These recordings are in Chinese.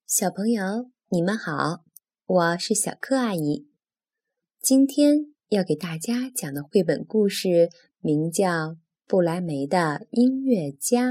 小朋友，你们好，我是小柯阿姨。今天要给大家讲的绘本故事名叫《不来梅的音乐家》。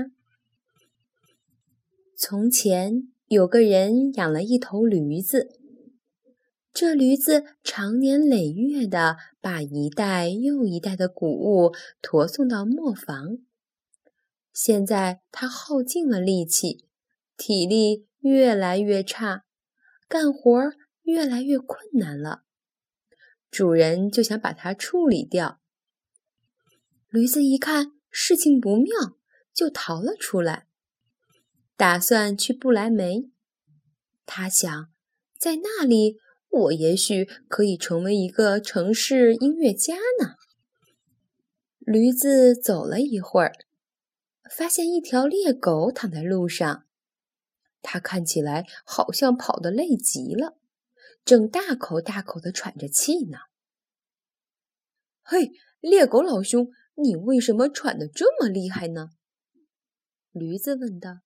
从前有个人养了一头驴子，这驴子长年累月地把一代又一代的谷物驮送到磨坊。现在它耗尽了力气，体力越来越差，干活越来越困难了。主人就想把它处理掉。驴子一看事情不妙，就逃了出来，打算去不来梅。他想，在那里我也许可以成为一个城市音乐家呢。驴子走了一会儿，发现一条猎狗躺在路上，它看起来好像跑得累极了，正大口大口地喘着气呢。嘿，猎狗老兄，你为什么喘得这么厉害呢？驴子问道。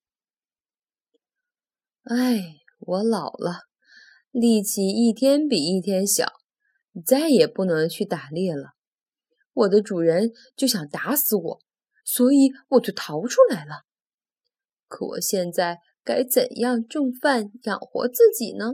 哎，我老了，力气一天比一天小，再也不能去打猎了。我的主人就想打死我，所以我就逃出来了。可我现在该怎样种饭养活自己呢？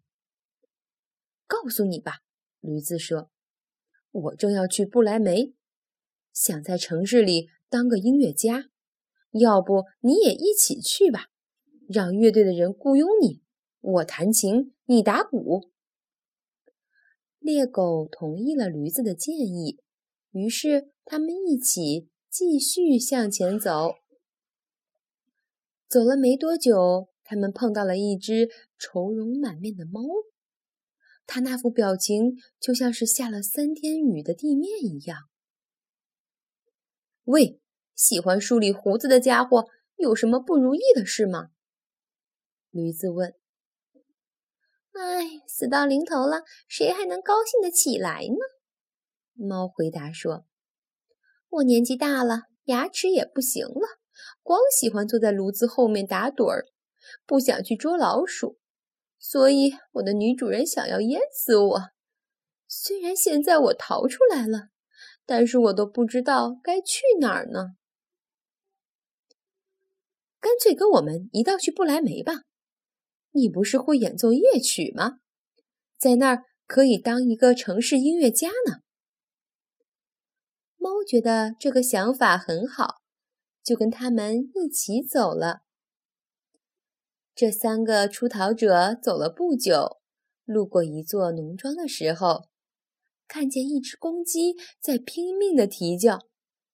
告诉你吧，驴子说，我正要去不来梅，想在城市里当个音乐家，要不你也一起去吧，让乐队的人雇佣你，我弹琴，你打鼓。猎狗同意了驴子的建议，于是他们一起继续向前走。走了没多久，他们碰到了一只愁容满面的猫。它那副表情就像是下了3天雨的地面一样。喂，喜欢梳理胡子的家伙，有什么不如意的事吗？驴子问。哎，死到临头了，谁还能高兴得起来呢？猫回答说。我年纪大了，牙齿也不行了，光喜欢坐在炉子后面打盹儿，不想去捉老鼠，所以我的女主人想要淹死我。虽然现在我逃出来了，但是我都不知道该去哪儿呢。干脆跟我们一道去不来梅吧。你不是会演奏夜曲吗？在那儿可以当一个城市音乐家呢。猫觉得这个想法很好，就跟他们一起走了。这3个出逃者走了不久，路过一座农庄的时候，看见一只公鸡在拼命地啼叫。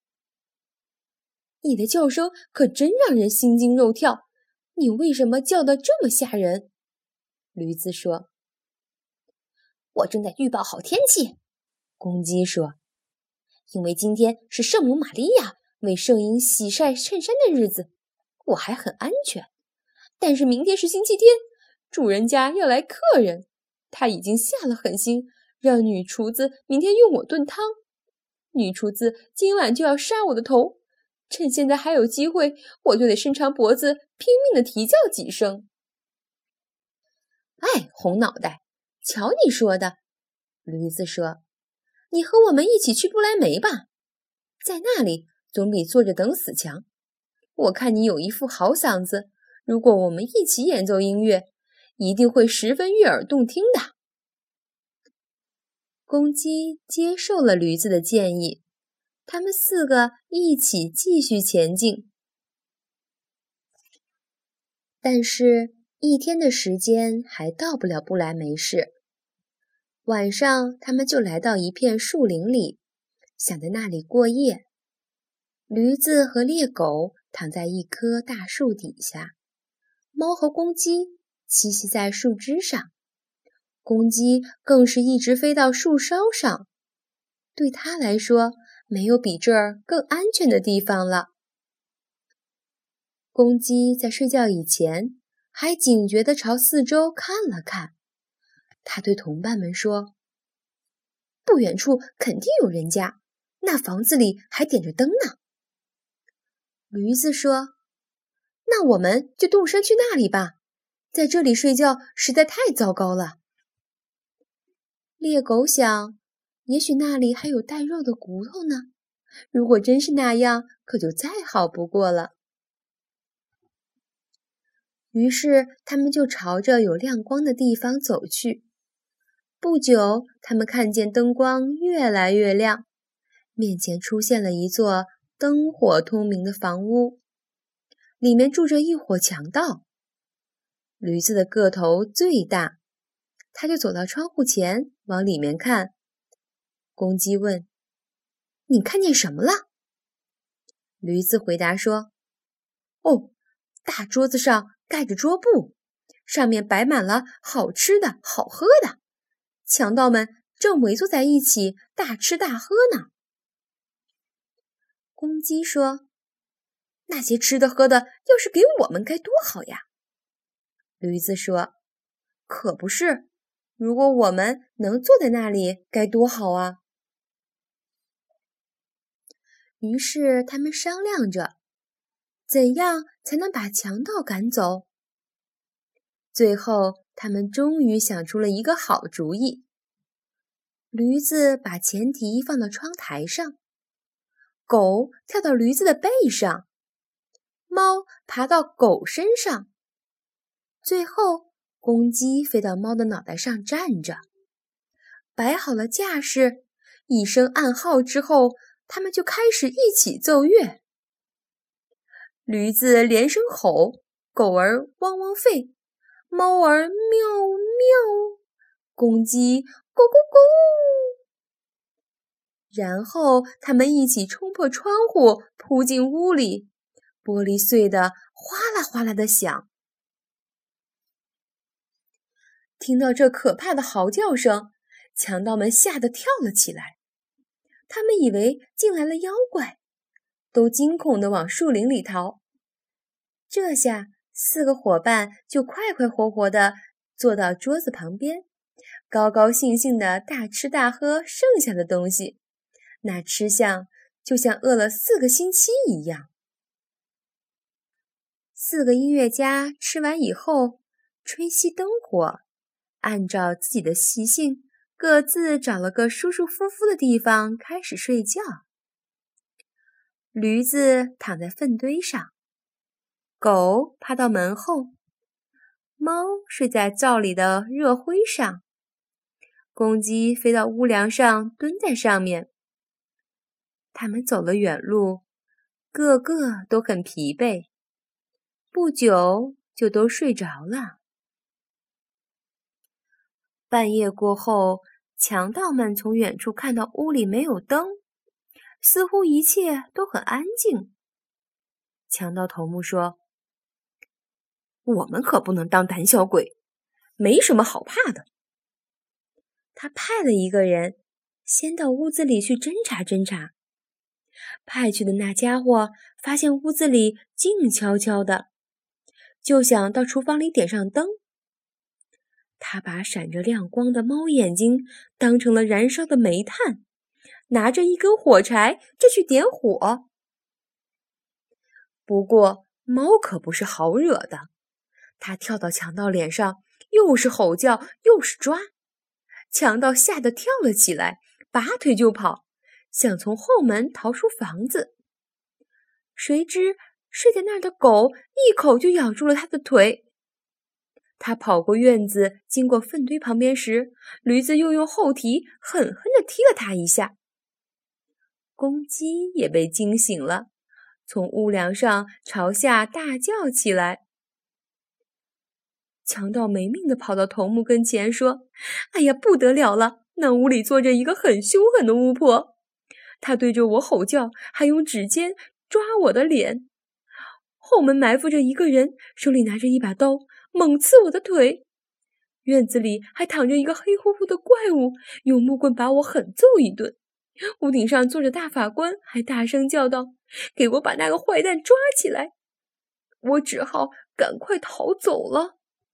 你的叫声可真让人心惊肉跳，你为什么叫得这么吓人？驴子说。我正在预报好天气，公鸡说，因为今天是圣母玛利亚为圣婴洗晒衬衫的日子，我还很安全。但是明天是星期天，主人家要来客人，他已经下了狠心，让女厨子明天用我炖汤。女厨子今晚就要杀我的头，趁现在还有机会，我就得伸长脖子拼命地啼叫几声。哎，红脑袋，瞧你说的，驴子说，你和我们一起去不来梅吧，在那里总比坐着等死强。我看你有一副好嗓子，如果我们一起演奏音乐，一定会十分悦耳动听的。公鸡接受了驴子的建议，他们4个一起继续前进。但是1天的时间还到不了不来梅市。晚上，他们就来到一片树林里，想在那里过夜。驴子和猎狗躺在一棵大树底下，猫和公鸡栖息在树枝上，公鸡更是一直飞到树梢上。对它来说，没有比这儿更安全的地方了。公鸡在睡觉以前，还警觉地朝四周看了看。他对同伴们说，不远处肯定有人家，那房子里还点着灯呢。驴子说，那我们就动身去那里吧， 在这里睡觉实在太糟糕了。猎狗想，也许那里还有带肉的骨头呢。如果真是那样，可就再好不过了。于是他们就朝着有亮光的地方走去。不久，他们看见灯光越来越亮，面前出现了一座灯火通明的房屋，里面住着一伙强盗。驴子的个头最大，他就走到窗户前往里面看。公鸡问：“你看见什么了？”驴子回答说：“哦，大桌子上盖着桌布，上面摆满了好吃的好喝的，强盗们正围坐在一起大吃大喝呢。”公鸡说：“那些吃的喝的要是给我们该多好呀！”驴子说：“可不是，如果我们能坐在那里该多好啊！”于是他们商量着，怎样才能把强盗赶走。最后，他们终于想出了一个好主意。驴子把前蹄放到窗台上，狗跳到驴子的背上，猫爬到狗身上，最后公鸡飞到猫的脑袋上站着。摆好了架势，一声暗号之后，他们就开始一起奏乐。驴子连声吼，狗儿汪汪吠，猫儿喵喵，公鸡咕咕咕。然后他们一起冲破窗户，扑进屋里，玻璃碎得哗啦哗啦的响。听到这可怕的嚎叫声，强盗们吓得跳了起来。他们以为进来了妖怪，都惊恐地往树林里逃。这下4个伙伴就快快活活地坐到桌子旁边，高高兴兴地大吃大喝剩下的东西，那吃相就像饿了4个星期一样。4个音乐家吃完以后，吹熄灯火，按照自己的习性，各自找了个舒舒服服的地方开始睡觉。驴子躺在粪堆上，狗趴到门后，猫睡在灶里的热灰上，公鸡飞到屋梁上蹲在上面。他们走了远路，个个都很疲惫，不久就都睡着了。半夜过后，强盗们从远处看到屋里没有灯，似乎一切都很安静。强盗头目说：“我们可不能当胆小鬼，没什么好怕的。”他派了一个人先到屋子里去侦查侦查。派去的那家伙发现屋子里静悄悄的，就想到厨房里点上灯。他把闪着亮光的猫眼睛当成了燃烧的煤炭，拿着一根火柴就去点火。不过猫可不是好惹的，它跳到强盗脸上，又是吼叫又是抓。强盗吓得跳了起来，拔腿就跑，想从后门逃出房子。谁知睡在那儿的狗一口就咬住了他的腿。他跑过院子，经过粪堆旁边时，驴子又用后蹄狠狠地踢了他一下。公鸡也被惊醒了，从屋梁上朝下大叫起来。强盗没命地跑到头目跟前说：“哎呀，不得了了！那屋里坐着一个很凶狠的巫婆，她对着我吼叫，还用指尖抓我的脸。后门埋伏着一个人，手里拿着一把刀，猛刺我的腿。院子里还躺着一个黑乎乎的怪物，用木棍把我狠揍一顿。屋顶上坐着大法官，还大声叫道：‘给我把那个坏蛋抓起来！’我只好赶快逃走了。”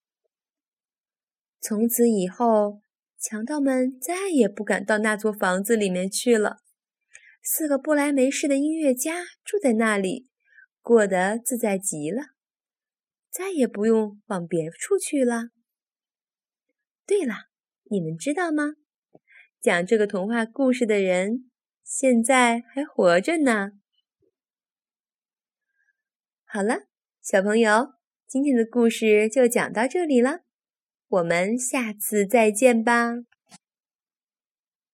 从此以后，强盗们再也不敢到那座房子里面去了。4个不来没事的音乐家住在那里，过得自在极了。 再也不用往别处去了。对了，你们知道吗？讲这个童话故事的人现在还活着呢。好了，小朋友，今天的故事就讲到这里了，我们下次再见吧。